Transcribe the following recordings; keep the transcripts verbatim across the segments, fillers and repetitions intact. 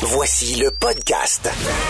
Voici le podcast.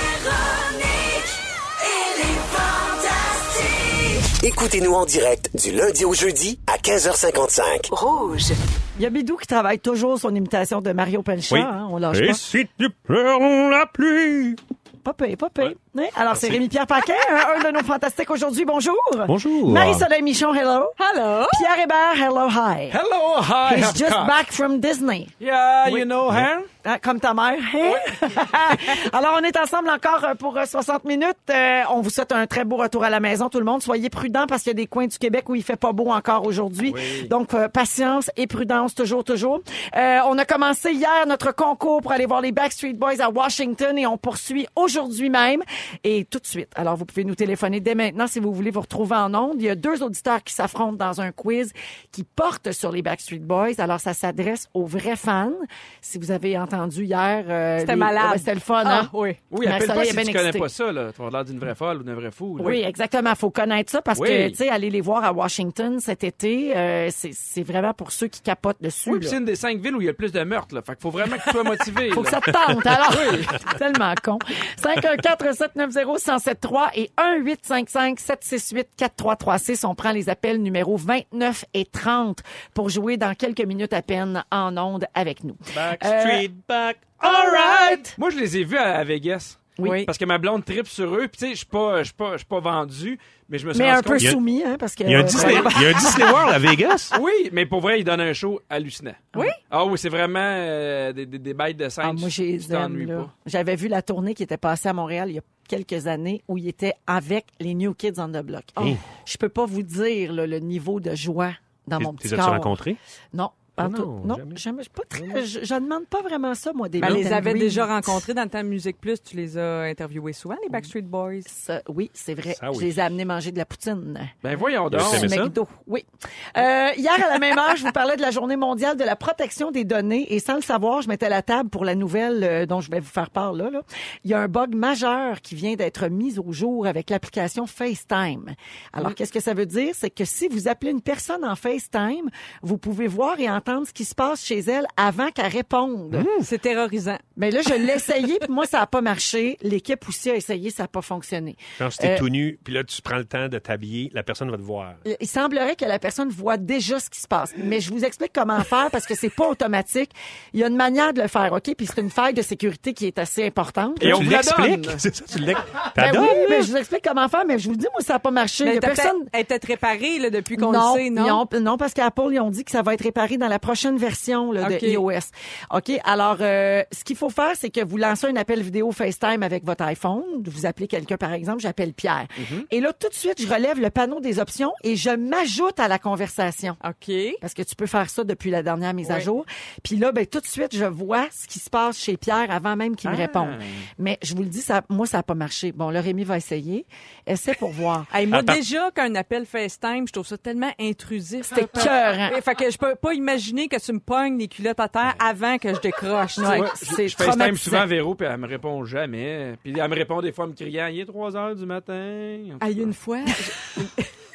Écoutez-nous en direct du lundi au jeudi à quinze heures cinquante-cinq. Rouge. Il y a Bidou qui travaille toujours son imitation de Mario Pelchat. Oui. Hein, on lâche Et pas. si tu pleures la pluie? Pas payé, pas payé. Ouais. Alors, c'est Rémi-Pierre Paquin, un, un de nos fantastiques aujourd'hui. Bonjour. Bonjour. Marie-Soleil Michon, hello. Hello. Pierre Hébert, hello, hi. Hello, hi. He's of just course. back from Disney. Yeah, you know her. Ah, comme ta mère. Hein? Alors, on est ensemble encore euh, pour euh, soixante minutes. Euh, on vous souhaite un très beau retour à la maison, tout le monde. Soyez prudents parce qu'il y a des coins du Québec où il fait pas beau encore aujourd'hui. Oui. Donc, euh, patience et prudence, toujours, toujours. Euh, on a commencé hier notre concours pour aller voir les Backstreet Boys à Washington et on poursuit aujourd'hui même et tout de suite. Alors, vous pouvez nous téléphoner dès maintenant si vous voulez vous retrouver en ondes. Il y a deux auditeurs qui s'affrontent dans un quiz qui porte sur les Backstreet Boys. Alors, ça s'adresse aux vrais fans. Si vous avez entendu hier... euh, C'était les- malade. Ouais, c'était le fun, Ah, hein? oui. Oui, appelle Marie-Soleil pas est si bien tu connais excitée. pas ça, là. Tu vas l'air d'une vraie folle ou d'un vrai fou. là. Oui, exactement. Faut connaître ça parce Oui. que, tu sais, aller les voir à Washington cet été, euh, c'est, c'est vraiment pour ceux qui capotent dessus. Oui, puis là. c'est une des cinq villes où il y a le plus de meurtres, là. Fait qu'il faut vraiment que tu sois motivé. Faut là. que ça te tente. Alors, c'est tellement con. cinq un quatre, sept neuf zéro, un zéro sept trois et un huit cinq cinq, sept six huit, quatre trois trois six. On prend les appels numéro vingt-neuf et trente pour jouer dans quelques minutes à peine en ondes avec nous. Backstreet back. All right! Moi, je les ai vus à, à Vegas. Oui. Parce que ma blonde tripe sur eux. Puis, tu sais, je suis pas, je suis pas, je suis pas vendu, mais je me suis Mais rendu un peu compte... Il y a- soumis, hein, parce que... Il y a un euh, Disney, il y a un Disney World à Vegas. Oui, mais pour vrai, ils donnent un show hallucinant. Oui? Ah oui, c'est vraiment euh, des, des, des bêtes de scène. Ah, moi, j'ai tu t'ennuies là. pas. J'avais vu la tournée qui était passée à Montréal il y a quelques années où il était avec les New Kids on the Block. Hey. Je peux pas vous dire là, le niveau de joie dans mon Tu petit les as-tu corps. rencontrés? Non. Pas non, tout. Non, jamais. jamais. Je pas très, je, je demande pas vraiment ça, moi, des Ben, meet les and avais greet. déjà rencontrés dans le temps Musique Plus. Tu les as interviewés souvent, les Backstreet Boys. Ça, oui, c'est vrai. Ça, oui. Je les ai amenés manger de la poutine. Ben voyons donc. T'aimais ça? McDo, oui. Euh, hier, à la même heure, je vous parlais de la Journée mondiale de la protection des données et sans le savoir, je mettais à la table pour la nouvelle euh, dont je vais vous faire part là, là. Il y a un bug majeur qui vient d'être mis au jour avec l'application FaceTime. Alors, qu'est-ce que ça veut dire? C'est que si vous appelez une personne en FaceTime, vous pouvez voir et entendre ce qui se passe chez elle avant qu'elle réponde. C'est terrorisant. Mais là, je l'ai essayé, puis moi, ça n'a pas marché. L'équipe aussi a essayé, ça n'a pas fonctionné. Genre, si t'es Euh, tout nu, puis là, tu prends le temps de t'habiller, la personne va te voir. Il semblerait que la personne voit déjà ce qui se passe. Mais je vous explique comment faire parce que c'est pas automatique. Il y a une manière de le faire, OK? Puis c'est une faille de sécurité qui est assez importante. Et on tu vous la l'expliques? donne. C'est ça, tu l'expliques? Ben T'adores? oui, mais je vous explique comment faire, mais je vous le dis, moi, ça n'a pas marché. Il y Mais a t'as personne... peut-être- elle était réparée là, depuis qu'on non, le sait, non? non, non, parce qu'Apple, ils ont dit que ça va être réparé dans la prochaine version là, OK. de iOS. OK, alors, euh, ce qu'il faut faire, c'est que vous lancez un appel vidéo FaceTime avec votre iPhone. Vous appelez quelqu'un, par exemple, j'appelle Pierre. Mm-hmm. Et là, tout de suite, je relève le panneau des options et je m'ajoute à la conversation. OK. Parce que tu peux faire ça depuis la dernière mise à Oui. jour. Puis là, ben tout de suite, je vois ce qui se passe chez Pierre avant même qu'il me Ah. réponde. Mais je vous le dis, ça, moi, ça n'a pas marché. Bon, là, Rémi va essayer. Essaie pour voir. Hey, moi, Attends. déjà qu'un appel FaceTime, je trouve ça tellement intrusif. C'était un peu. écœurant. Ouais, Fait que je peux pas imaginer que tu me pognes les culottes à terre avant que je décroche. tu sais. Ouais, Ouais, c'est je je FaceTime traumatisant. souvent Véro, puis elle me répond jamais. Puis elle me répond des fois en me criant « Il est trois heures du matin. » Hey, une fois, je-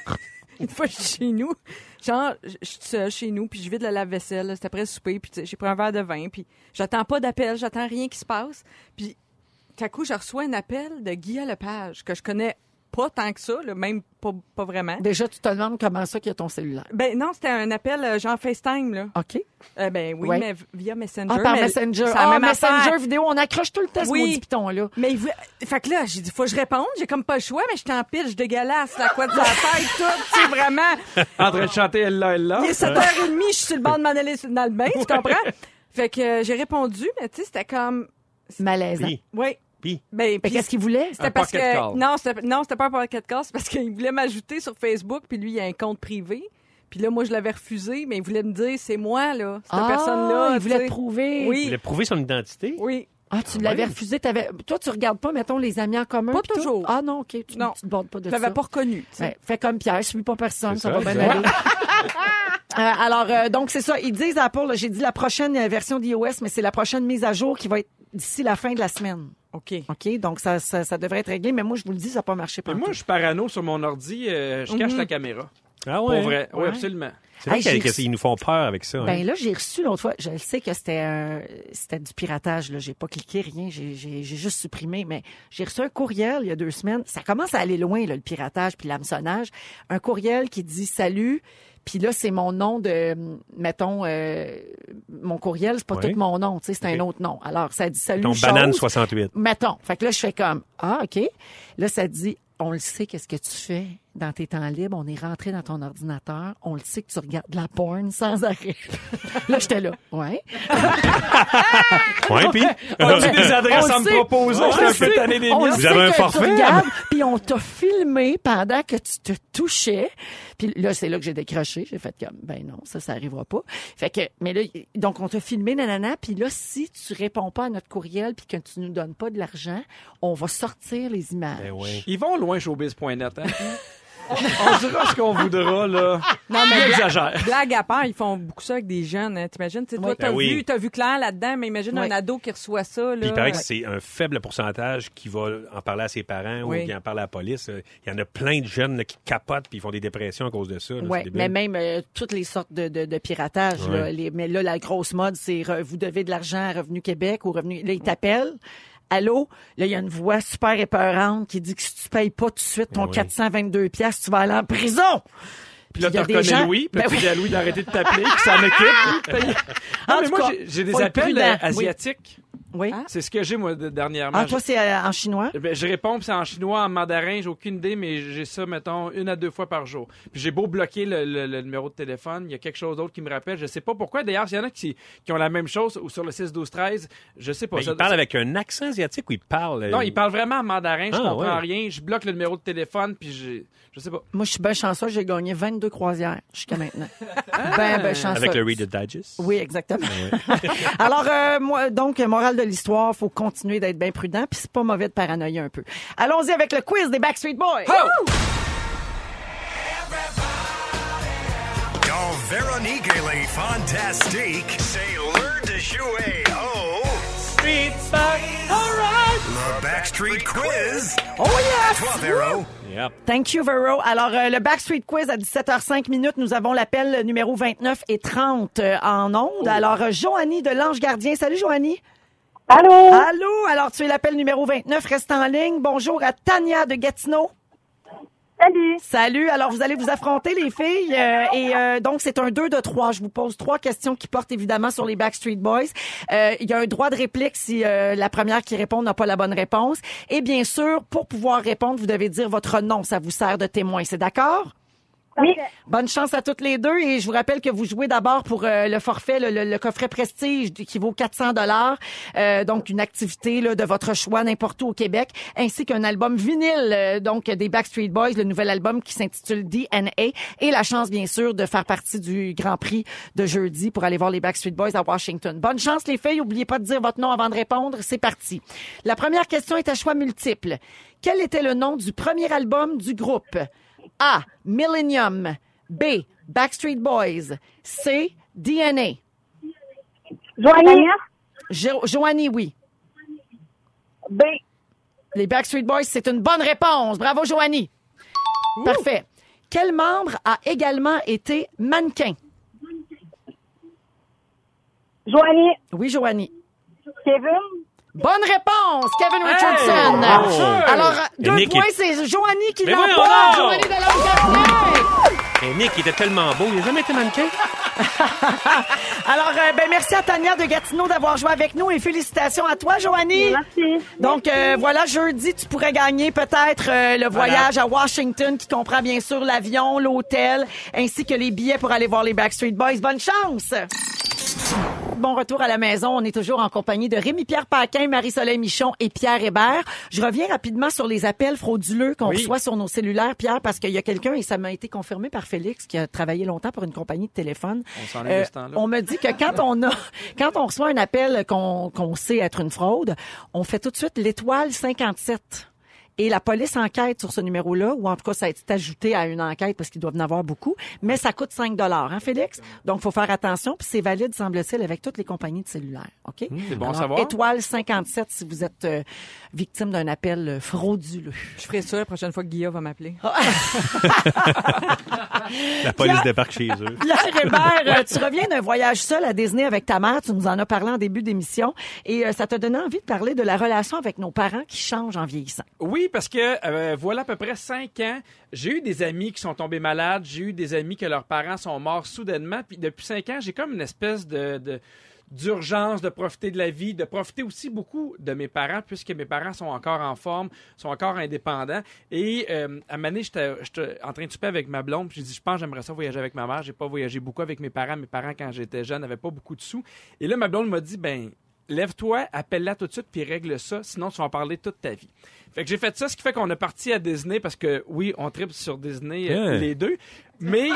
une fois, je suis chez nous. Genre, je je suis seule chez nous, puis je vide le lave-vaisselle. là, C'était après le souper, puis tu sais, j'ai pris un verre de vin, puis j'attends pas d'appel, j'attends rien qui se passe. Puis, tout à coup, je reçois un appel de Guy Lepage, que je connais pas tant que ça, là, même pas, pas vraiment. Déjà, tu te demandes comment ça qu'il y a ton cellulaire. Ben non, c'était un appel euh, genre FaceTime, là. OK? Euh, ben oui, Ouais. mais v- via Messenger. Ah, par mais Messenger. c'est la Ah, même Messenger affaire. vidéo. On accroche tout le temps ce Oui. maudit piton-là. Mais il veut... Fait que là, j'ai dit, faut que je réponde. J'ai comme pas le choix, mais je t'en pile, je dégueulasse, la couette de la tête, tout, tu sais, vraiment. En train de chanter « Elle là, elle là Il est sept heures trente, je suis sur le bord de m'en aller dans le bain, tu comprends? Fait que euh, j'ai répondu, mais tu sais, c'était comme... Malaisant. Puis, Oui. puis, Ben, Mais puis qu'est-ce qu'il voulait? c'était Un parce pocket que... call. Non, c'était non, c'était pas un pocket call, c'est parce qu'il voulait m'ajouter sur Facebook, puis lui, il a un compte privé. Puis là, moi, je l'avais refusé, mais il voulait me dire, c'est moi, là, cette Ah, personne-là. il tu voulait sais. te prouver. il Oui, a prouvé son identité. oui. Ah, tu l'avais Ouais. refusé. T'avais... Toi, tu regardes pas, mettons, les amis en commun? Pas pis tout? toujours. Ah non, OK. Tu, Non. tu te bordes pas de Je ça. l'avais pas reconnu. tu sais. Ouais, fais comme Pierre, je suis pas personne, ça, C'est ça, va bien exact. aller. Euh, alors, euh, donc, c'est ça. Ils disent à Apple, là, j'ai dit la prochaine euh, version d'iOS, mais c'est la prochaine mise à jour qui va être d'ici la fin de la semaine. OK. OK? Donc, ça, ça, ça devrait être réglé, mais moi, je vous le dis, ça n'a pas marché Mais pour moi, je suis parano sur mon ordi. euh, je cache Mhm. la caméra. Ah Pour ouais? vrai. Oui, Ouais. absolument. C'est vrai Hey, j'ai qu'ils reçu- nous font peur avec ça. Ben hein. là, j'ai reçu l'autre fois, je le sais que c'était un- c'était du piratage, là. J'ai pas cliqué, rien, j'ai, j'ai, j'ai juste supprimé, mais j'ai reçu un courriel il y a deux semaines. Ça commence à aller loin, là, le piratage puis l'hameçonnage. Un courriel qui dit salut. Puis là, c'est mon nom de, mettons, euh, mon courriel, c'est pas Ouais. tout mon nom, tu sais, c'est Ok. un autre nom. Alors, ça dit salut Ton chose. banane soixante-huit. Mettons. Fait que là, je fais comme, ah, OK. Là, ça dit, on le sait, qu'est-ce que tu fais dans tes temps libres. On est rentré dans ton ordinateur. On le sait que tu regardes de la porn sans arrêt. Là, j'étais là. Ouais. Ouais, puis? As-tu des adresses On à le me sait. proposer? On Je suis le un peu sait. tanné des On le miennes. Vous sait avez un que forfait? tu regardes, puis on t'a filmé pendant que tu te touchais. Puis là, c'est là que j'ai décroché. J'ai fait comme, ben non, ça, ça arrivera pas. Fait que, mais là, donc, on t'a filmé, nanana. Puis là, si tu réponds pas à notre courriel puis que tu nous donnes pas de l'argent, on va sortir les images. Ben oui. Ils vont loin, showbiz point net. Hein? On dira ce qu'on voudra, là. Non, mais Ils bla- exagèrent. blague à part, ils font beaucoup ça avec des jeunes. Hein. T'imagines, tu sais, toi, Oui. t'as Ben oui. vu, t'as vu Claire là-dedans, mais imagine Oui. un ado qui reçoit ça. Là. Puis il paraît que c'est un faible pourcentage qui va en parler à ses parents Oui. ou qui en parle à la police. Il y en a plein de jeunes là, qui capotent puis ils font des dépressions à cause de ça. là. Ouais, C'est débile. mais même euh, toutes les sortes de, de, de piratage. Ouais. Là, les, mais là, la grosse mode, c'est re- vous devez de l'argent à Revenu Québec ou Revenu. Là, ils t'appellent. Allô? Là, il y a une voix super épeurante qui dit que si tu payes pas tout de suite ton Ben oui. quatre cent vingt-deux piastres, tu vas aller en prison. Puis là, il y a tu des reconnais gens- Louis, puis Ben tu oui. dis à Louis d'arrêter de t'appeler, qu'il s'en occupe. lui, paye. En Non, mais tout moi, cas, j'ai- j'ai des faut être appels prudent. euh, Oui. asiatiques. Oui. Hein? C'est ce que j'ai, moi, de- dernièrement. Ah, toi, c'est euh, en chinois? Ben, je réponds, puis c'est en chinois, en mandarin, j'ai aucune idée, mais j'ai ça, mettons, une à deux fois par jour. Puis j'ai beau bloquer le, le- le numéro de téléphone, il y a quelque chose d'autre qui me rappelle. Je sais pas pourquoi. D'ailleurs, s'il y en a qui, qui ont la même chose, ou sur le six douze treize, je sais pas. Mais Ça- il parle avec un accent asiatique ou il parle... euh, Non, il parle vraiment en mandarin, je Ah, comprends ouais. rien. Je bloque le numéro de téléphone, puis j'ai... Je sais pas. Moi, je suis bien chanceux. J'ai gagné vingt-deux croisières jusqu'à maintenant. ben, ben chanceux. Avec le Reader Digest. Oui, exactement. Alors, euh, moi, donc, morale de l'histoire, faut continuer d'être bien prudent, puis c'est pas mauvais de paranoïer un peu. Allons-y avec le quiz des Backstreet Boys. Quand Véronique et les Fantastiques, c'est l'heure de jouer au Street Back, alright! le Backstreet Quiz. Oh yes! Toi, Véro. Yep. Thank you, Vero. Alors, euh, le Backstreet Quiz à dix-sept heures cinq minutes, nous avons l'appel numéro vingt-neuf et trente euh, en ondes. Alors, euh, Joanie de l'Ange Gardien. Salut, Joanie. Allô? Allô? Alors, tu es l'appel numéro vingt-neuf. Reste en ligne. Bonjour à Tania de Gatineau. Salut. Salut. Alors, vous allez vous affronter, les filles. euh, et euh, donc, c'est un deux de trois. Je vous pose trois questions qui portent évidemment sur les Backstreet Boys. Euh, Il y a un droit de réplique si euh, la première qui répond n'a pas la bonne réponse. Et bien sûr, pour pouvoir répondre, vous devez dire votre nom. Ça vous sert de témoin. C'est d'accord? Oui. Bonne chance à toutes les deux et je vous rappelle que vous jouez d'abord pour euh, le forfait, le, le- le coffret Prestige qui vaut quatre cents dollars, euh, donc une activité là, de votre choix n'importe où au Québec, ainsi qu'un album vinyle euh, donc des Backstreet Boys, le nouvel album qui s'intitule D N A et la chance bien sûr de faire partie du Grand Prix de jeudi pour aller voir les Backstreet Boys à Washington. Bonne chance les filles, n'oubliez pas de dire votre nom avant de répondre, c'est parti. La première question est à choix multiple. Quel était le nom du premier album du groupe? A. Millennium. B. Backstreet Boys. C. D N A. Joanie? Jo- Joanie, oui. B. Les Backstreet Boys, c'est une bonne réponse. Bravo, Joanie. Parfait. Quel membre a également été mannequin? Joanie? Oui, Joanie. Kevin? Bonne réponse, Kevin Richardson. bravo. Alors, deux Nick points, est- c'est Joanie qui Mais l'emporte. voyons donc! Joanie de l'Ange-Gardien. Et Nick, il était tellement beau. Il n'a jamais été mannequin. Alors, euh, ben merci à Tania de Gatineau d'avoir joué avec nous et félicitations à toi, Joanie. Merci. Donc, euh, voilà, jeudi, tu pourrais gagner peut-être euh, le voyage à Washington qui comprend bien sûr l'avion, l'hôtel, ainsi que les billets pour aller voir les Backstreet Boys. Bonne chance! Bon retour à la maison. On est toujours en compagnie de Rémi-Pierre Paquin, Marie-Soleil Michon et Pierre Hébert. Je reviens rapidement sur les appels frauduleux qu'on Oui. reçoit sur nos cellulaires, Pierre, parce qu'il y a quelqu'un, et ça m'a été confirmé par Félix, qui a travaillé longtemps pour une compagnie de téléphone. On s'ennuie de ce temps-là. on me dit que quand on a, quand on reçoit un appel qu'on qu'on sait être une fraude, on fait tout de suite l'étoile cinquante-sept. Et la police enquête sur ce numéro-là, ou en tout cas, ça a été ajouté à une enquête parce qu'ils doivent en avoir beaucoup. Mais ça coûte cinq dollars, hein, Félix? Donc, il faut faire attention. Puis c'est valide, semble-t-il, avec toutes les compagnies de cellulaires. OK? C'est bon à Alors, savoir. étoile cinquante-sept si vous êtes euh, victime d'un appel euh, frauduleux. Je ferai ça la prochaine fois que Guilla va m'appeler. La police débarque chez eux. Pierre Hébert, euh, tu reviens d'un voyage seul à Disney avec ta mère. Tu nous en as parlé en début d'émission. Et euh, ça t'a donné envie de parler de la relation avec nos parents qui change en vieillissant. Oui, parce que euh, voilà à peu près cinq ans, j'ai eu des amis qui sont tombés malades, j'ai eu des amis que leurs parents sont morts soudainement, puis depuis cinq ans, j'ai comme une espèce de, de d'urgence de profiter de la vie, de profiter aussi beaucoup de mes parents, puisque mes parents sont encore en forme, sont encore indépendants. Et euh, à un moment donné, j'étais, j'étais en train de souper avec ma blonde, puis j'ai dit, je pense que j'aimerais ça voyager avec ma mère. J'ai pas voyagé beaucoup avec mes parents. Mes parents, quand j'étais jeune, n'avaient pas beaucoup de sous. Et là, ma blonde m'a dit, ben lève-toi, appelle-la tout de suite, puis règle ça, sinon tu vas en parler toute ta vie. Fait que j'ai fait ça, ce qui fait qu'on est parti à Disney, parce que oui, on tripe sur Disney, euh, Yeah. les deux, mais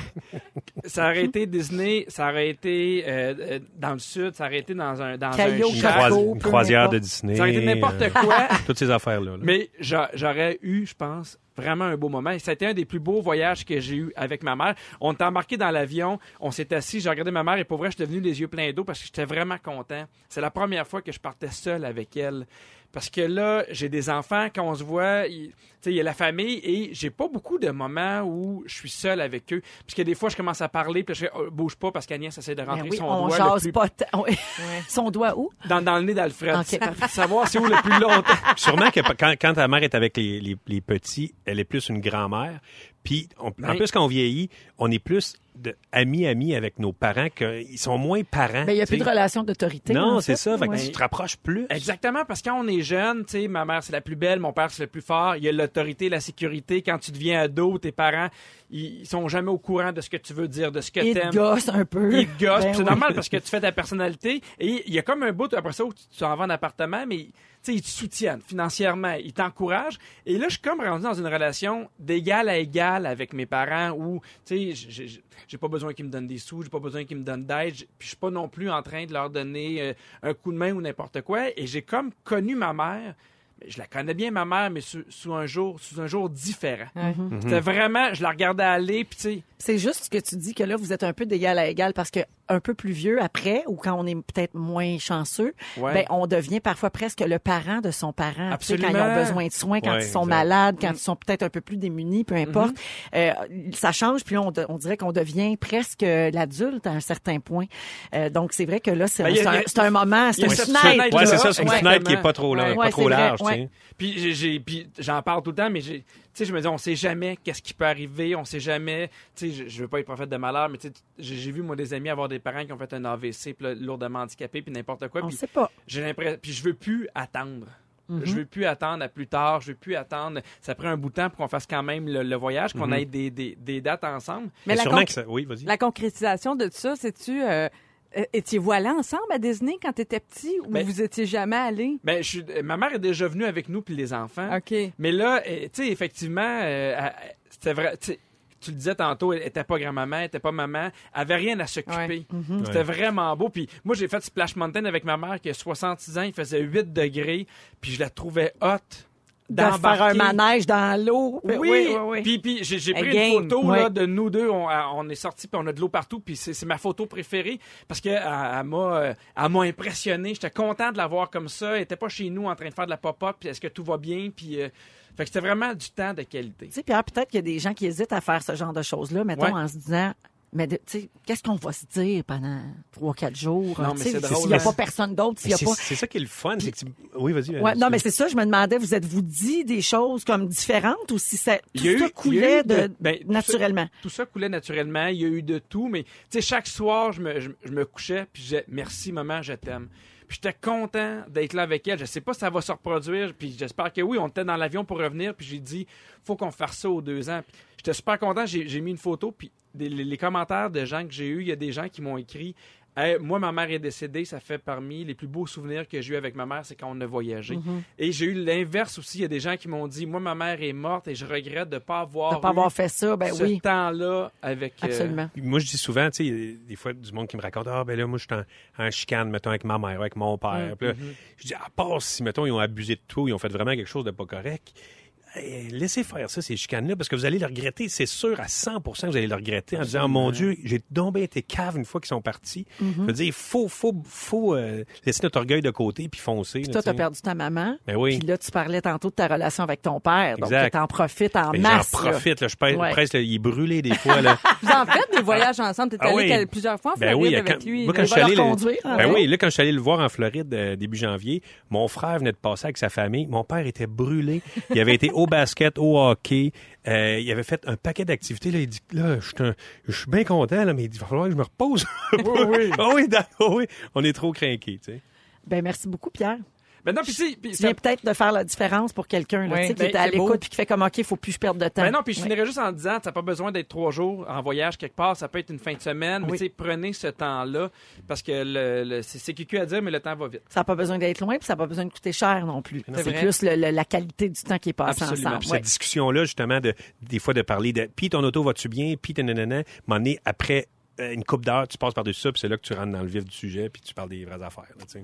ça aurait été Disney, ça aurait été euh, euh, dans le sud, ça aurait été dans un dans Caillou, un Une, chac. Caillou. croisi- une peu croisière importe. de Disney. Ça aurait été n'importe euh, quoi, toutes ces affaires-là. là. mais j'a- j'aurais eu, je pense, vraiment un beau moment. Et c'était un des plus beaux voyages que j'ai eu avec ma mère. On était embarqué dans l'avion, on s'est assis, j'ai regardé ma mère et pour vrai, j'étais venu les yeux pleins d'eau parce que j'étais vraiment content. C'est la première fois que je partais seul avec elle. Parce que là, j'ai des enfants, quand on se voit, il tu sais, il y a la famille et j'ai pas beaucoup de moments où je suis seul avec eux. Parce que des fois, je commence à parler, puis je fais, oh, bouge pas parce qu'Agnès essaie de Ben rentrer oui, son on doigt le jase plus... pas. t- oui. Son doigt où? dans, dans le nez d'Alfred. Ok, parfait. Savoir c'est où le plus longtemps. Sûrement que quand, quand ta mère est avec les, les, les petits, elle est plus une grand-mère. Puis, on- en Oui. plus, quand on vieillit, on est plus de amis-amis avec nos parents, qu'ils sont moins parents. Ben, il n'y a tu sais. plus de relation d'autorité. Non, en c'est fait. ça. Fait que Ouais. tu te rapproches plus. Exactement, parce que quand on est jeune, tu sais, ma mère c'est la plus belle, mon père c'est le plus fort, il y a l'autorité, la sécurité. Quand tu deviens ado, tes parents, ils, ils sont jamais au courant de ce que tu veux dire, de ce que Il te t'aimes. gosse un peu. Ils te gossent, Ben puis c'est oui. normal parce que tu fais ta personnalité. Et il y a comme un bout après ça où tu tu en vas en appartement, mais tu sais, ils te soutiennent financièrement, ils t'encouragent. Et là, je suis comme rendu dans une relation d'égal à égal avec mes parents où, tu sais, j'ai- j'ai j'ai pas besoin qu'ils me donnent des sous, j'ai pas besoin qu'ils me donnent d'aide, j'ai- puis je suis pas non plus en train de leur donner euh, un coup de main ou n'importe quoi. Et j'ai comme connu ma mère. Je la connais bien, ma mère, mais sous, sous un jour, sous un jour différent. Ouais. C'était vraiment, je la regardais aller, puis tu sais, C'est juste que tu dis que là, vous êtes un peu d'égal à égal parce que un peu plus vieux après, ou quand on est peut-être moins chanceux, Ouais. ben, on devient parfois presque le parent de son parent. Tu sais, quand ils Absolument. ont besoin de soins, quand Ouais, ils sont exact. malades, quand ils sont peut-être un peu plus démunis, peu importe. Euh, ça change, puis là, on, de- on dirait qu'on devient presque l'adulte à un certain point. Euh, donc, c'est vrai que là, c'est Ben, un, y a- c'est un- y a- c'est un moment, y c'est a une cette fenêtre. fenêtre Ouais, là, c'est ça. C'est une ouais, fenêtre qui est exactement. pas trop, là, Ouais. pas Ouais, trop c'est vrai, large. ouais. tu sais. Puis j'ai, j'ai- puis j'en parle tout le temps, mais j'ai, tu sais, je me dis, on sait jamais qu'est-ce qui peut arriver, on sait jamais. Tu sais, je, je veux pas être prophète de malheur, mais tu sais, j'ai, j'ai vu moi des amis avoir des parents qui ont fait un A V C, puis là, lourdement handicapés, puis n'importe quoi. On Puis sait pas. j'ai l'impression, puis je veux plus attendre. Je veux plus attendre à plus tard. Je veux plus attendre. Ça prend un bout de temps pour qu'on fasse quand même le, le voyage, qu'on ait des, des, des dates ensemble. Mais Mais la, sûrement conc- que ça... Oui, vas-y. la concrétisation de tout ça, c'est-tu... Euh, euh, étiez-vous allés ensemble à Disney quand t'étais petit ou Ben- vous étiez jamais allés? Ben, je suis, ma mère est déjà venue avec nous puis les enfants. OK. Mais là, euh, tu sais, effectivement, euh, elle- c'était vrai. tu sais, Tu le disais tantôt, elle était pas grand-maman, elle était pas maman, elle avait rien à s'occuper. Ouais. C'était Ouais. vraiment beau. Puis moi, j'ai fait Splash Mountain avec ma mère qui a soixante-six ans, il faisait huit degrés, puis je la trouvais hot De faire un d'embarquer. manège dans l'eau. Oui, oui, oui. Puis, puis j'ai, j'ai Un pris game, une photo ouais. là, de nous deux. On, on est sortis puis on a de l'eau partout. Puis c'est, c'est ma photo préférée parce que elle, elle m'a, euh, elle m'a impressionné. J'étais content de la voir comme ça. Elle était pas chez nous en train de faire de la pop-up. Puis est-ce que tout va bien? Puis euh, fait que c'était vraiment du temps de qualité. Tu sais, Pierre, peut-être qu'il y a des gens qui hésitent à faire ce genre de choses-là, mettons, Ouais. en se disant, mais de- tu sais, qu'est-ce qu'on va se dire pendant trois, quatre jours? Non, Tu mais sais, c'est S'il drôle, n'y a hein. pas personne d'autre, s'il Mais y a C'est pas... c'est ça qui est le fun. c'est que tu- Oui, vas-y. Ouais, non, mais c'est ça, je me demandais, vous êtes-vous dit des choses comme différentes ou si ça, tout Il y a eu- ça il y a coulait eu de, de- ben, tout ça- naturellement? Tout ça coulait naturellement. Il y a eu de tout. Mais tu sais, chaque soir, je me, je, je me couchais puis je disais merci maman, je t'aime. Puis j'étais content d'être là avec elle. Je sais pas si ça va se reproduire. Puis j'espère que oui. On était dans l'avion pour revenir. Puis j'ai dit, faut qu'on fasse ça aux deux ans. Puis j'étais super content. J'ai, j'ai mis une photo. Puis des- les, les commentaires de gens que j'ai eus, il y a des gens qui m'ont écrit Hey, moi, ma mère est décédée. Ça fait parmi les plus beaux souvenirs que j'ai eu avec ma mère, c'est quand on a voyagé. Mm-hmm. Et j'ai eu l'inverse aussi. Il y a des gens qui m'ont dit, moi, ma mère est morte et je regrette de ne pas avoir, De pas eu avoir fait ça, ben ce oui. temps-là avec... euh, Absolument. Puis moi, je dis souvent, tu sais, des fois, du monde qui me raconte, ah, ben là, moi, je suis en, en chicane, mettons, avec ma mère, avec mon père. Puis là, je dis, à part si, mettons, ils ont abusé de tout, ils ont fait vraiment quelque chose de pas correct. Hey, laissez faire ça, ces chicanes-là, parce que vous allez le regretter. C'est sûr, à cent pour cent, vous allez le regretter en disant, oh, mon Dieu, j'ai donc bien été cave une fois qu'ils sont partis. Mm-hmm. Je veux dire, il faut, faut, faut euh, laisser notre orgueil de côté puis foncer. Puis là, toi, t'as tu sais. perdu ta maman. Ben oui. Puis là, tu parlais tantôt de ta relation avec ton père. Exact. Donc, t'en profites en Ben, masse. J'en profite, là. Je pèse, Ouais. presque, là, il est brûlé des fois, là. Vous en faites des voyages ensemble. T'es Ah allé oui. quel- plusieurs fois en Ben Floride oui, avec quand- lui. moi, là. quand je suis va allé, leur le- conduire, hein, ben ouais. oui, là, quand je suis allé le voir en Floride euh, début janvier, mon frère venait de passer avec sa famille. Mon père était brûlé. Il avait été au basket, au hockey. Euh, il avait fait un paquet d'activités. Là, il dit, là, je suis un- je suis bien content, là, mais il dit, il va falloir que je me repose. Oui, oui. Ah oui, d'accord, oui. On est trop craqués, tu sais. Ben, merci beaucoup, Pierre. Ben non, puis si, puis Tu ça- viens peut-être de faire la différence pour quelqu'un là, Oui, tu sais, qui ben, était à c'est beau. l'écoute puis qui fait comme OK, il faut plus que je perde de temps. Ben non, puis je Ouais. finirais juste en disant, ça n'a pas besoin d'être trois jours en voyage quelque part, ça peut être une fin de semaine, mais Oui. tu sais, prenez ce temps-là, parce que le, le- c'est, c'est cucu à dire, mais le temps va vite. Ça n'a pas besoin d'être loin puis ça n'a pas besoin de coûter cher non plus. C'est C'est vrai. plus le- le- la qualité du temps qui est passé Absolument. ensemble. Puis Ouais. cette discussion-là, justement, de, des fois, de parler de, puis ton auto va-tu bien, puis nanana, à un moment donné, après euh, une couple d'heures, tu passes par-dessus ça, puis c'est là que tu rentres dans le vif du sujet, puis tu parles des vraies affaires, là, tu sais.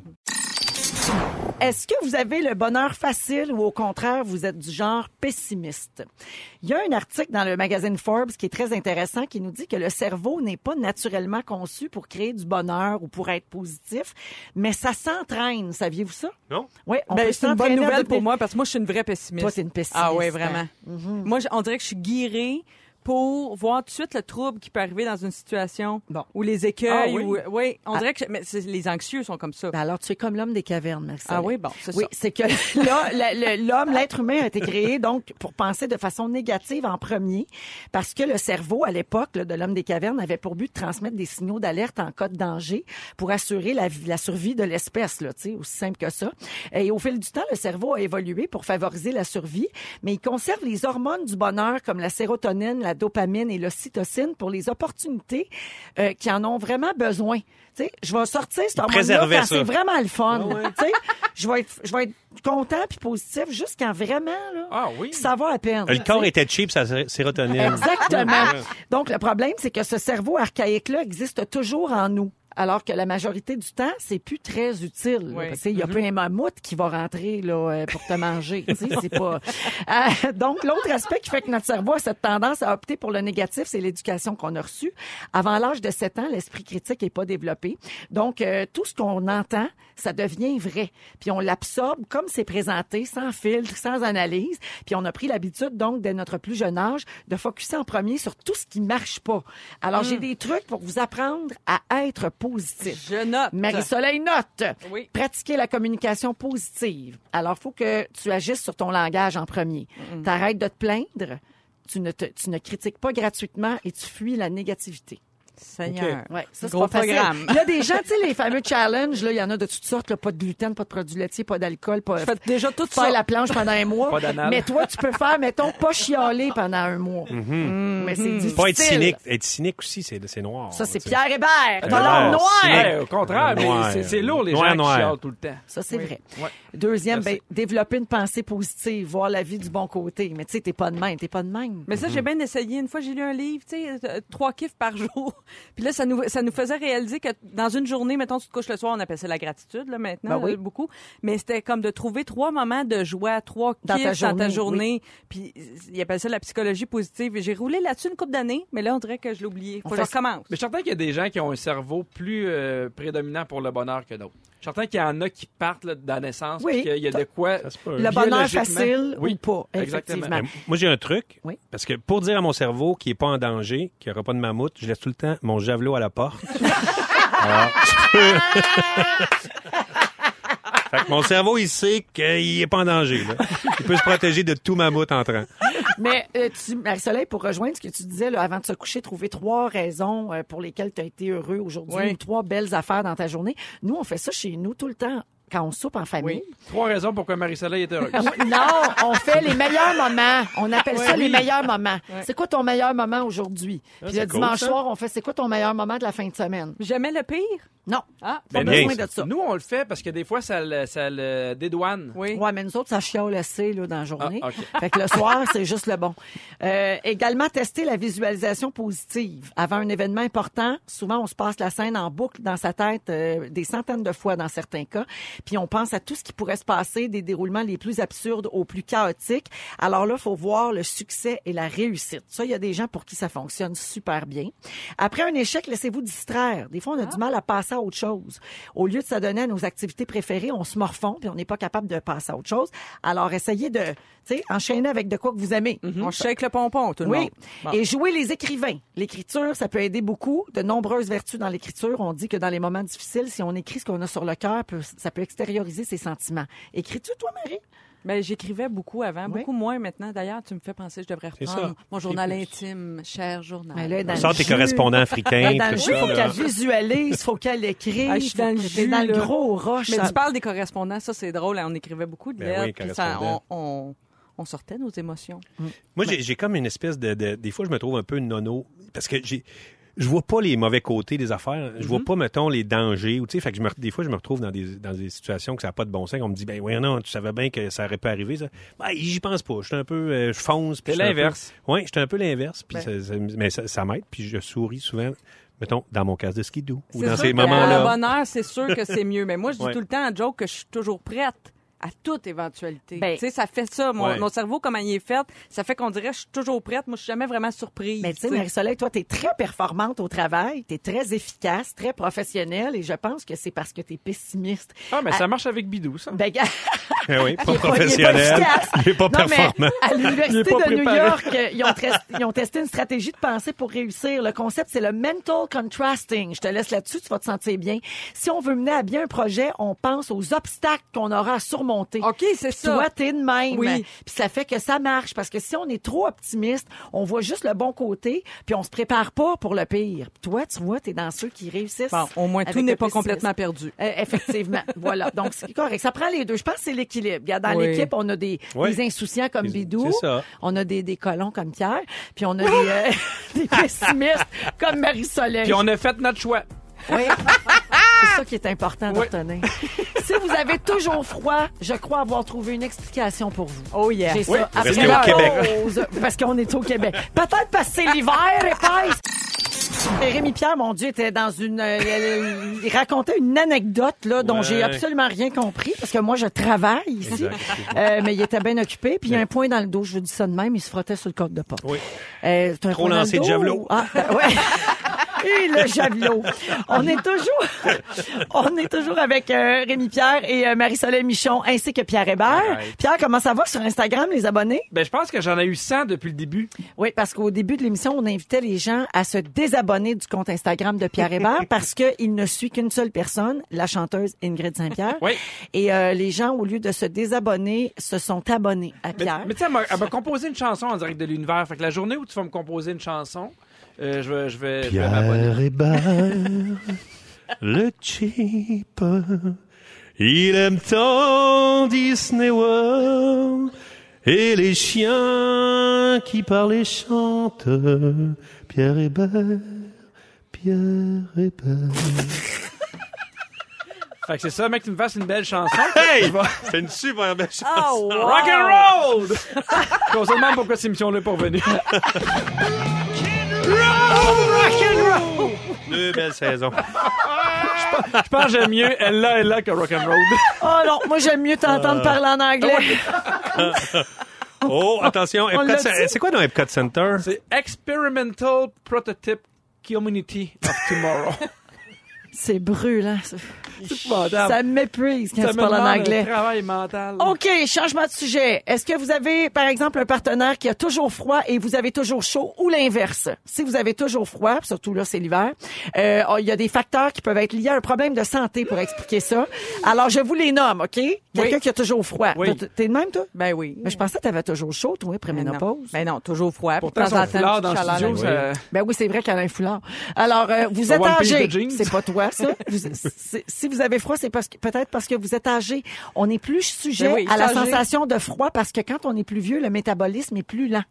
Est-ce que vous avez le bonheur facile ou au contraire, vous êtes du genre pessimiste? Il y a un article dans le magazine Forbes qui est très intéressant qui nous dit que le cerveau n'est pas naturellement conçu pour créer du bonheur ou pour être positif, mais ça s'entraîne. Saviez-vous ça? Non? Oui, on Ben, peut c'est une bonne s'entraîner à nouvelle devenir- pour moi parce que moi, je suis une vraie pessimiste. Toi, t'es une pessimiste. Ah oui, vraiment. hein? Mhm. Moi, je- on dirait que je suis guirée pour voir tout de suite le trouble qui peut arriver dans une situation Bon. ou les écueils. Ah oui? ou, oui, on Ah. dirait que je- mais c'est- les anxieux sont comme ça. Ben alors, tu es comme l'homme des cavernes, Marie-Soleil. Ah oui, bon, c'est Oui, ça. c'est que là, la- le- l'homme, l'être humain a été créé donc pour penser de façon négative en premier, parce que le cerveau, à l'époque là, de l'homme des cavernes, avait pour but de transmettre des signaux d'alerte en cas de danger pour assurer la, vie- la survie de l'espèce, là, tu sais, aussi simple que ça. Et au fil du temps, le cerveau a évolué pour favoriser la survie, mais il conserve les hormones du bonheur comme la sérotonine, la dopamine et l'ocytocine pour les opportunités euh, qui en ont vraiment besoin. Tu sais, je vais sortir cette hormone-là préservait quand ça. c'est vraiment le fun. Tu sais, je vais être, je vais être content puis positif juste quand vraiment là, Ah oui? ça va à peine. Le tu corps sais. était cheap, sa sé- sérotonine. Exactement. Donc, le problème, c'est que ce cerveau archaïque-là existe toujours en nous. Alors que la majorité du temps, c'est plus très utile. Oui. Parce que, il y a pas un mammouth qui va rentrer là, euh, pour te manger. Tu sais, c'est pas. Euh, donc, l'autre aspect qui fait que notre cerveau a cette tendance à opter pour le négatif, c'est l'éducation qu'on a reçue. Avant l'âge de sept ans, l'esprit critique est pas développé. Donc, euh, tout ce qu'on entend, ça devient vrai. Puis on l'absorbe comme c'est présenté, sans filtre, sans analyse. Puis on a pris l'habitude, donc, dès notre plus jeune âge, de focusser en premier sur tout ce qui marche pas. Alors, j'ai des trucs pour vous apprendre à être positif. Je note. Marie-Soleil note. Oui. Pratiquer la communication positive. Alors, faut que tu agisses sur ton langage en premier. T'arrêtes de te plaindre, tu ne, te- tu ne critiques pas gratuitement et tu fuis la négativité. Seigneur. Ouais, ça, c'est Gros pas facile. programme. Il y a des gens, tu sais, les fameux challenges, là, il y en a de toutes sortes, là, pas de gluten, pas de produits laitiers, pas d'alcool, pas Je fais déjà tout faire ça. la planche pendant un mois. Pas d'anal. Mais toi, tu peux faire, mettons, pas chialer pendant un mois. Mm, mais c'est difficile. Pas être cynique. Être cynique aussi, c'est c'est noir. Ça, c'est tu sais. Pierre Hébert. Hébert, Noir, noir. cynique. Ouais, au contraire, mais Noir. c'est, c'est lourd les Noir, gens noir. qui chialent tout le temps. Ça, c'est vrai. Ouais. Deuxième, ben, Merci. développer une pensée positive, voir la vie du bon côté. Mais tu sais, t'es pas de même, t'es pas de même. Mais ça, j'ai bien essayé. Une fois, j'ai lu un livre, tu sais, euh, trois kiffs par jour. Puis là, ça nous, ça nous faisait réaliser que dans une journée, mettons, tu te couches le soir, on appelle ça la gratitude, là, maintenant, Ben oui. là, beaucoup. Mais c'était comme de trouver trois moments de joie, trois Dans kiffs ta dans ta journée, journée. Puis ils appellent ça la psychologie positive. Et j'ai roulé là-dessus une couple d'années, mais là, on dirait que je l'ai oublié. Faut On que je fait ça. recommence. Mais je suis certain qu'il y a des gens qui ont un cerveau plus euh, prédominant pour le bonheur que d'autres. Je suis certain qu'il y en a qui partent là, de la naissance, Oui. puis qu'il y a de quoi... Ça se peut. Le bonheur biologiquement, facile oui, ou pas, exactement. effectivement. Ben, moi, j'ai un truc. Oui. Parce que pour dire à mon cerveau qu'il n'est pas en danger, qu'il n'y aura pas de mammouth, je laisse tout le temps mon javelot à la porte. Alors, je peux... Fait que mon cerveau, il sait qu'il n'est pas en danger. Là. Il peut se protéger de tout mammouth entrant. Mais, euh, tu, Marie-Soleil, pour rejoindre ce que tu disais, là, avant de se coucher, trouver trois raisons euh, pour lesquelles tu as été heureux aujourd'hui, Oui. ou trois belles affaires dans ta journée. Nous, on fait ça chez nous tout le temps quand on soupe en famille. Trois raisons pourquoi Marie-Soleil est heureuse. Non, on fait les meilleurs moments. On appelle ça Oui. les meilleurs moments. C'est quoi ton meilleur moment aujourd'hui? Puis c'est le cool, dimanche ça. soir, on fait c'est quoi ton meilleur moment de la fin de semaine? Jamais le pire? Non. Ah, Pas Ben, besoin bien, de ça. Nous, on le fait parce que des fois, ça le, ça le dédouane. oui. Ouais, mais nous autres, ça chiale assez là, dans la journée. Ah, OK. Fait que le soir, c'est juste le bon. Euh, également, tester la visualisation positive. Avant un événement important, souvent, on se passe la scène en boucle dans sa tête euh, des centaines de fois dans certains cas. Puis on pense à tout ce qui pourrait se passer, des déroulements les plus absurdes aux plus chaotiques. Alors là, il faut voir le succès et la réussite. Ça, il y a des gens pour qui ça fonctionne super bien. Après un échec, laissez-vous distraire. Des fois, on a du mal à passer à autre chose. Au lieu de s'adonner à nos activités préférées, on se morfond puis on n'est pas capable de passer à autre chose. Alors, essayez de, tu sais, enchaîner avec de quoi que vous aimez. On shake le pompon, tout le Oui. monde. Bon. Et jouer les écrivains. L'écriture, ça peut aider beaucoup. De nombreuses vertus dans l'écriture. On dit que dans les moments difficiles, si on écrit ce qu'on a sur le cœur, peut- ça peut extérioriser ses sentiments. Écris-tu, toi, Marie? Ben, j'écrivais beaucoup avant, Oui. beaucoup moins maintenant. D'ailleurs, tu me fais penser que je devrais C'est reprendre ça. mon journal Plus. intime, cher journal. Mais là, dans Sors le tes jus. correspondants africains. Dans le tout jus, ça, faut là. qu'elle visualise, faut qu'elle écrive. Ah, je suis dans le faut que t'es jus, dans le là. gros rush. Mais ça- tu parles des correspondants, ça c'est drôle, hein, on écrivait beaucoup de Ben lettres, oui, puis ça, on, correspondants. on, on sortait nos émotions. Moi, j'ai, j'ai comme une espèce de, de... Des fois, je me trouve un peu nono parce que j'ai... Je vois pas les mauvais côtés des affaires. Je vois pas, mettons, les dangers. Ou, tu sais, fait que je me, des fois, je me retrouve dans des, dans des situations que ça n'a pas de bon sens. On me dit, ben oui, non, tu savais bien que ça aurait pu arriver. Ça. Ben, j'y pense pas. Je suis un peu... euh, je fonce. puis C'est je suis un peu- l'inverse. Oui, je suis un peu l'inverse. Puis Ben. ça- ça- mais ça, ça m'aide. Puis je souris souvent, mettons, dans mon casque de skidoo. Ou C'est dans sûr ces que À moments-là. la bonne heure, c'est sûr que c'est mieux. Mais moi, je dis Ouais. tout le temps à joke que je suis toujours prête à toute éventualité. Ben, tu sais, ça fait ça. Mon, ouais. mon cerveau, comment il est fait, ça fait qu'on dirait que je suis toujours prête. Moi, je suis jamais vraiment surprise. Mais tu sais, tu sais. Marie-Soleil, toi, tu es très performante au travail, tu es très efficace, très professionnelle, et je pense que c'est parce que tu es pessimiste. Ah, mais Ah. ça marche avec Bidou, ça. Ben, gars, Eh oui, il pas est pas- il est pas professionnel. efficace. Il est pas non, mais performant. à Il l'Université est pas de New préparé. York, euh, ils ont, tres- ils ont testé une stratégie de pensée pour réussir. Le concept, c'est le mental contrasting. Je te laisse là-dessus, tu vas te sentir bien. Si on veut mener à bien un projet, on pense aux obstacles qu'on aura à surmonter. OK, c'est ça. Toi, t'es de même. Oui. Puis ça fait que ça marche. Parce que si on est trop optimiste, on voit juste le bon côté, puis on se prépare pas pour le pire. Toi, tu vois, t'es dans ceux qui réussissent. Bon, au moins, tout avec n'est le pas pessimisme. complètement perdu. Euh, effectivement. Voilà. Donc, c'est correct. Ça prend les deux. Je pense que c'est l'équilibre. Regarde, dans Oui. l'équipe, on a des, Oui. des insouciants comme C'est- Bidou. c'est ça. On a des, des colons comme Pierre. Puis on a des, euh, des pessimistes comme Marie-Soleil. Puis on a fait notre choix. Oui. C'est ça qui est important de Oui. retenir. Si vous avez toujours froid, je crois avoir trouvé une explication pour vous. Oh yeah. J'ai Oui, ça parce après qu'on est la au Québec. pause. Parce qu'on est au Québec. Peut-être parce que c'est l'hiver, épaisse. Et Rémi Pierre, mon Dieu, était dans une... euh, il racontait une anecdote là, dont Ouais. j'ai absolument rien compris, parce que moi, je travaille ici. Exact. Euh, mais il était bien occupé, puis il y a un point dans le dos, je vous dis ça de même, il se frottait sur le côte de porte. Oui. Euh, t'as un Trop point dans le lancé de dos? javelot. Ah, ben, ouais. Et le javelot. On est toujours, on est toujours avec euh, Rémi Pierre et euh, Marie-Soleil Michon, ainsi que Pierre Hébert. Right. Pierre, comment ça va sur Instagram, les abonnés? Ben, je pense que j'en ai eu cent depuis le début. Oui, parce qu'au début de l'émission, on invitait les gens à se désabonner du compte Instagram de Pierre Hébert parce qu'il ne suit qu'une seule personne, la chanteuse Ingrid Saint-Pierre. Oui. Et euh, les gens, au lieu de se désabonner, se sont abonnés à Mais, Pierre. mais tu sais, elle m'a- elle m'a composé une chanson en direct de l'univers. Fait que la journée où tu vas me composer une chanson, euh, je vais, je vais, je vais m'abonner. Pierre Hébert, le cheap, il aime tant Disney World et les chiens qui parlent et chantent. Pierre Hébert, Pierre Hébert. Fait que c'est ça, mec, tu me fasses une belle chanson. Hey! C'est une super belle chanson. Oh, wow. Rock and roll! On se demande pourquoi cette émission-là n'est pas revenue. Deux belles saisons. Je pense que j'aime mieux Elle là, Elle là que rock and roll. Oh non, moi j'aime mieux t'entendre parler en anglais. Oh, attention, On Epcot l'a Cen- dit. c'est quoi dans Epcot Center? C'est Experimental Prototype Community of Tomorrow. C'est brûlant. Ça, épouvantable. ça m'épuise quand Ça tu me parles en demande anglais. un travail mental. OK, changement de sujet. Est-ce que vous avez, par exemple, un partenaire qui a toujours froid et vous avez toujours chaud ou l'inverse? Si vous avez toujours froid, surtout là, c'est l'hiver, euh, il y a des facteurs qui peuvent être liés à un problème de santé pour expliquer ça. Alors, je vous les nomme, OK? Quelqu'un Oui. qui a toujours froid. Oui. Toi, T'es de même, toi? Ben oui. Mais je pensais que t'avais toujours chaud, toi, après Ben non. ménopause. Ben non, toujours froid. Pourtant, De temps en son temps, foulard une dans le petite studio, chaleur. ça... Ben oui, c'est vrai qu'elle a un foulard. Alors, euh, vous êtes One piece âgé. de jeans. C'est pas toi, ça. Vous- c'est- si vous avez froid, c'est parce que, peut-être parce que vous êtes âgé. On est plus sujet Ben oui, à la âgé. sensation de froid parce que quand on est plus vieux, le métabolisme est plus lent. Ah oui.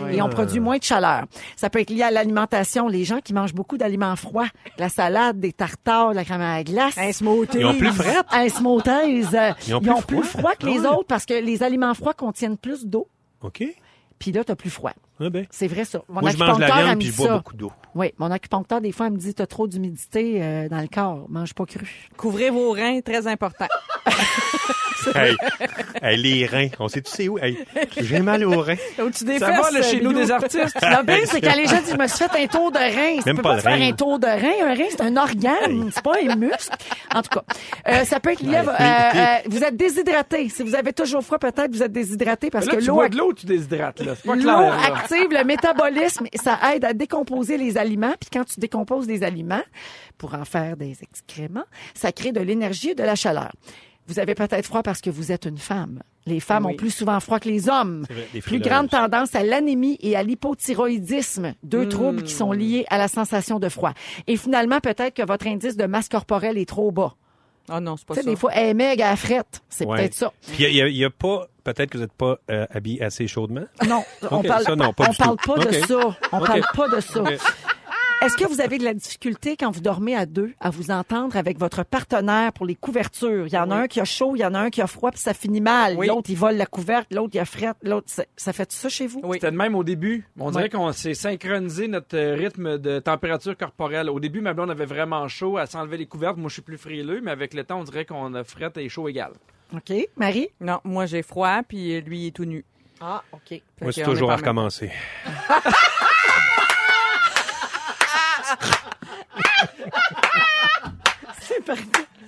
et on produit moins de chaleur. Ça peut être lié à l'alimentation. Les gens qui mangent beaucoup d'aliments froids, de la salade, des tartares, de la crème à la glace. Un smoothie. Ils ont plus frais. Un smoothie. euh, Ils ont Ils ont plus plus froid. froid que les Ouais. autres parce que les aliments froids contiennent plus d'eau. OK. Puis là, t'as plus froid. Ah ben. C'est vrai, ça. Mon Moi, je mange de la acupuncteur, elle viande me puis je dit bois ça. beaucoup d'eau. Oui, mon acupuncteur, des fois, elle me dit, t'as trop d'humidité euh, dans le corps. Mange pas cru. Couvrez vos reins, très important. Hey, hey, les reins. On sait, tu sais où? Hey, j'ai mal aux reins. Au-dessus des Ça fesses, va, là, chez nous, Bidou. des artistes. Le pire, c'est quand les gens disent, je me suis fait un tour de rein. Tu Même peux pas pas, le faire rein. un tour de rein. Un rein, c'est un organe. C'est pas un muscle. En tout cas, euh, ça peut être lié à... Ouais. euh, euh, vous êtes déshydraté. Si vous avez toujours froid, peut-être vous êtes déshydraté parce Mais là, que tu l'eau... bois de l'eau ou tu déshydrates, là? C'est pas L'eau clair, là. active le métabolisme, ça aide à décomposer les aliments. Puis quand tu décomposes les aliments pour en faire des excréments, ça crée de l'énergie et de la chaleur. Vous avez peut-être froid parce que vous êtes une femme. Les femmes Oui. ont plus souvent froid que les hommes. C'est vrai, des Plus frileuses. grande tendance à l'anémie et à l'hypothyroïdisme, deux Hmm. troubles qui sont liés à la sensation de froid. Et finalement, peut-être que votre indice de masse corporelle est trop bas. Ah non, c'est pas Tu sais, ça. des fois, elle est meg, elle frette. C'est Ouais. peut-être ça. Puis il y a, y a pas... Peut-être que vous n'êtes pas euh, habillé assez chaudement. Non, on Ok, parle, ça, non, pas on du parle tout. pas de Ok. ça. On Ok. parle pas de ça. Ok. Est-ce que vous avez de la difficulté quand vous dormez à deux à vous entendre avec votre partenaire pour les couvertures? Il y en a un qui a chaud, il y en a un qui a froid, puis ça finit mal. Oui. L'autre, il vole la couverte, l'autre, il a frette, l'autre... Ça, ça fait ça chez vous? Oui. C'était de même au début. On dirait Ouais. qu'on s'est synchronisé notre euh, rythme de température corporelle. Au début, ma blonde avait vraiment chaud, elle s'enlevait les couvertes. Moi, je suis plus frileux, mais avec le temps, on dirait qu'on a frette et chaud égal. OK. Marie? Non, moi j'ai froid, puis lui il est tout nu. Ah, OK. Fait Moi, c'est qu'on est toujours pas à même. recommencer. C'est parfait.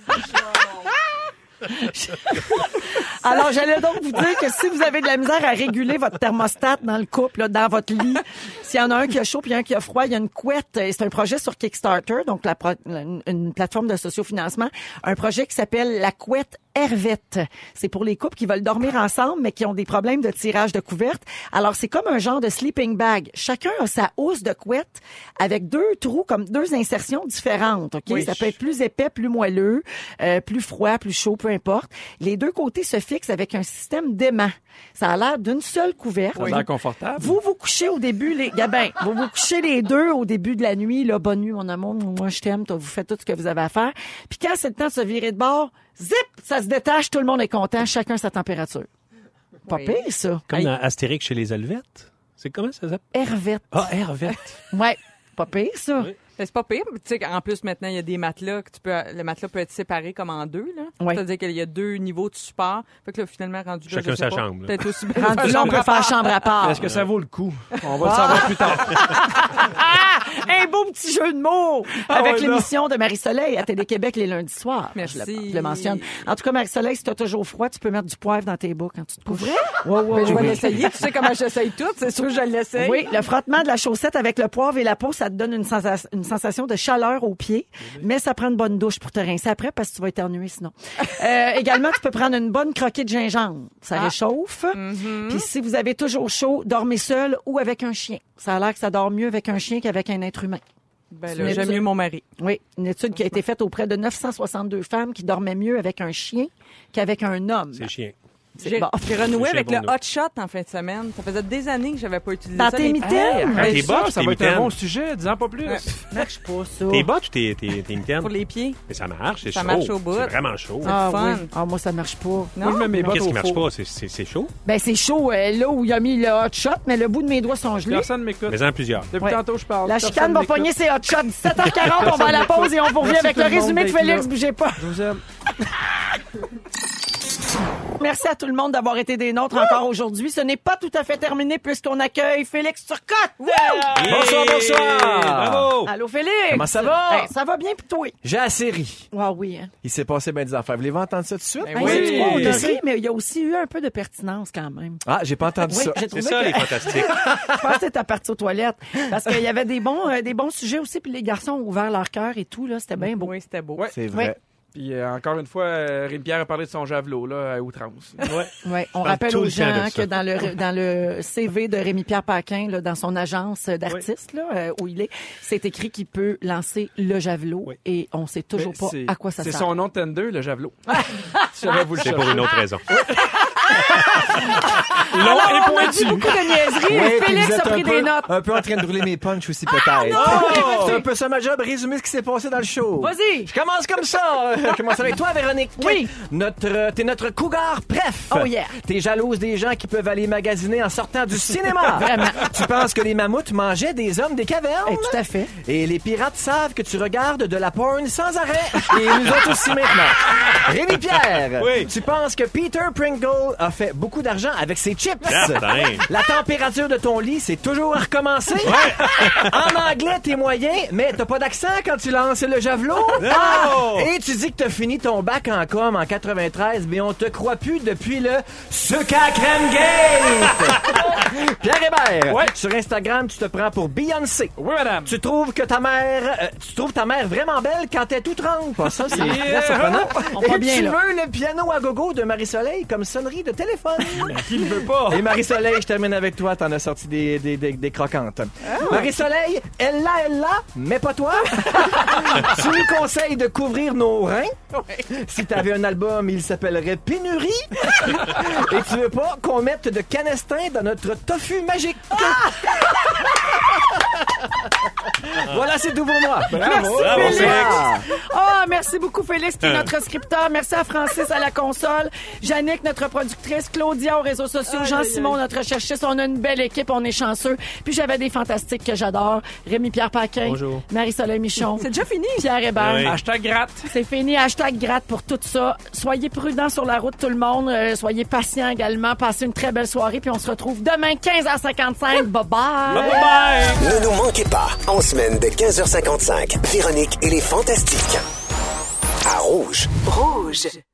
Alors, j'allais donc vous dire que si vous avez de la misère à réguler votre thermostat dans le couple, là, dans votre lit, s'il y en a un qui a chaud puis un qui a froid, il y a une couette. Et c'est un projet sur Kickstarter, donc la pro- une, une plateforme de sociofinancement. Un projet qui s'appelle la couette Hervette. C'est pour les couples qui veulent dormir ensemble, mais qui ont des problèmes de tirage de couvertes. Alors, c'est comme un genre de sleeping bag. Chacun a sa housse de couette avec deux trous, comme deux insertions différentes. OK? Oui. Ça peut être plus épais, plus moelleux, euh, plus froid, plus chaud, peu importe. Les deux côtés se fixent avec un système d'aimant. Ça a l'air d'une seule couverte. Ça a l'air confortable. Vous vous couchez au début, les Gabin, vous vous couchez les deux au début de la nuit, là, bonne nuit, mon amour, moi je t'aime, toi, vous faites tout ce que vous avez à faire. Puis quand c'est le temps de se virer de bord, zip, ça se détache, tout le monde est content, chacun sa température. Pas Oui. pire, ça. Comme Hey. dans Astérix chez les Helvètes. C'est comment ça s'appelle? Hervette. Ah, Hervette. Ouais, pas pire, ça. Oui. Ben, c'est pas pire. Tu sais qu'en plus, maintenant, il y a des matelas que tu peux, le matelas peut être séparé comme en deux, là. Ouais. C'est-à-dire qu'il y a deux niveaux de support. Fait que là, finalement, rendu là, Chacun je sais sa pas, chambre, là. Peut-être aussi bien. Rendu là, on peut faire chambre à part. Est-ce que ça vaut le coup? On va le savoir plus tard. Un beau petit jeu de mots avec ouais, l'émission de Marie-Soleil à Télé-Québec les lundis soirs. Merci. Je le, je le mentionne. En tout cas, Marie-Soleil, si t'as toujours froid, tu peux mettre du poivre dans tes bas quand tu te couches. Vrai? Ouais, ouais, Ben, je vais ouais. l'essayer. Tu sais comment j'essaye tout. C'est sûr que je l'essaye. Oui, le frottement de la chaussette avec le poivre et la peau, ça te donne une, sensa- une sensation de chaleur aux pieds, mais ça prend une bonne douche pour te rincer après parce que tu vas éternuer sinon. Euh, également, tu peux prendre une bonne croquée de gingembre. Ça Ah. réchauffe. Mm-hmm. Puis si vous avez toujours chaud, dormez seul ou avec un chien. Ça a l'air que ça dort mieux avec un chien qu'avec un être humain. Ben, Tu là, j'aime mets- mieux mon mari. Oui, une étude qui a été faite auprès de neuf cent soixante-deux femmes qui dormaient mieux avec un chien qu'avec un homme. C'est chiant. C'est J'ai bon. j'ai renoué C'est avec bon, le nous. hot shot en fin de semaine. Ça faisait des années que j'avais pas utilisé Dans ça. tes les- mitaines? Quand Hey, t'es ça, bas, ça t'es va être un mitaine. bon sujet, dis-en pas plus. Ouais. marche pas, ça. T'es bas ou t'es, t'es, t'es mitaine? Pour les pieds. Mais ça marche, c'est Ça chaud. marche au bout. C'est vraiment chaud. Ah fun. oui. Ah, moi, ça marche pas. Non? Moi, je mets mes bottes Qu'est-ce au qui marche four. pas? C'est, c'est, c'est chaud? Ben, c'est chaud, euh, là où il a mis le hot shot, mais le bout de mes doigts sont gelés. Personne m'écoute. Mais en plusieurs. Depuis Ouais. tantôt, je parle. La Personne chicane va m'écoute. pogner ses hot shots. dix-sept heures quarante, on va à la pause et on vous revient Merci avec tout le le monde résumé de d'être Félix. là. Bougez pas. Je vous aime. Merci à tout le monde d'avoir été des nôtres encore aujourd'hui. Ce n'est pas tout à fait terminé puisqu'on accueille Félix Turcotte. Bonsoir, bonsoir. Bravo! Allô, Félix. Comment ça va? Hey, ça va bien, puis toi? J'ai assez ri. Ah oui, hein. Il s'est passé bien des affaires. Voulez-vous entendre ça tout de suite? Ben Hey, oui. sais-tu quoi, on a Qu'est-ce ri, mais il y a aussi eu un peu de pertinence quand même. Ah, j'ai pas entendu Oui, ça. j'ai C'est trouvé ça, que... les fantastiques. Je pense que t'es parti aux toilettes. Parce qu'il y avait des bons, euh, des bons sujets aussi, puis les garçons ont ouvert leur cœur et tout, là. C'était bien beau. Oui, c'était beau. Ouais. C'est vrai. Puis euh, encore une fois, euh, Rémi-Pierre a parlé de son javelot, là, à outrance. Ouais. Ouais, on parle rappelle tout aux le temps gens de ça. que dans le dans le C V de Rémi-Pierre Paquin, là, dans son agence d'artiste, là, euh, où il est, c'est écrit qu'il peut lancer le javelot Oui. et on sait toujours Mais pas c'est- à quoi ça C'est sert. son nom de Tinder, le javelot. Si jamais vous le C'est pour cherchez. une autre raison. Long Alors, et on a dit pointu. beaucoup de niaiseries. Ouais, puis Félix vous a êtes pris un des peu, notes. un peu en train de brûler mes punchs aussi, peut-être. C'est un peu ça ma job, résumer ce qui s'est passé dans le show. Vas-y. Je commence comme ça. Je commence avec toi, Véronique. Oui. Notre, t'es notre cougar bref. Oh yeah. T'es jalouse des gens qui peuvent aller magasiner en sortant du cinéma. Vraiment. Tu penses que les mammouths mangeaient des hommes des cavernes. Eh, tout à fait. Et les pirates savent que tu regardes de la porn sans arrêt. Et nous autres aussi maintenant. Rémi Pierre. Oui. Tu penses que Peter Pringle a fait beaucoup d'argent avec ses chips. Certain. La température de ton lit, c'est toujours à recommencer. En anglais, t'es moyen, mais t'as pas d'accent quand tu lances le javelot. Non. Et tu dis que t'as fini ton bac en com en quatre-vingt-treize, mais on te croit plus depuis le sucre à crème gate. Pierre Hébert, Ouais. sur Instagram, tu te prends pour Beyoncé. Oui, madame. Tu trouves que ta mère, euh, tu trouves ta mère vraiment belle quand t'es toute trempe. Ah, ça, c'est Yeah. très surprenant. On Et va bien, tu là. veux le piano à gogo de Marie-Soleil comme sonnerie de téléphone. Qui ne veut pas? Et Marie-Soleil, je termine avec toi. T'en as sorti des, des, des, des croquantes. Marie-Soleil, elle l'a, elle l'a, mais pas toi. Tu nous conseilles de couvrir nos reins. Si t'avais un album, il s'appellerait Pénurie. Et tu veux pas qu'on mette de canestin dans notre tofu magique. Voilà, c'est tout pour moi. Merci, Bravo, Félix. Félix. Ah, merci beaucoup, Félix, qui est notre scripteur. Merci à Francis à la console. Jannick, notre productrice. Claudia aux réseaux sociaux. Jean-Simon, notre recherchiste. On a une belle équipe. On est chanceux. Puis j'avais des fantastiques que j'adore. Rémi-Pierre Paquin. Bonjour. Marie-Soleil Michon. C'est déjà fini. Pierre Hébert. Oui. Hashtag gratte. C'est fini. Hashtag gratte pour tout ça. Soyez prudents sur la route, tout le monde. Euh, soyez patients également. Passez une très belle soirée. Puis on se retrouve demain, quinze heures cinquante-cinq. Bye bye. Bye bye. Ne nous manquez pas, en semaine de quinze heures cinquante-cinq, Véronique et les Fantastiques. À Rouge. Rouge.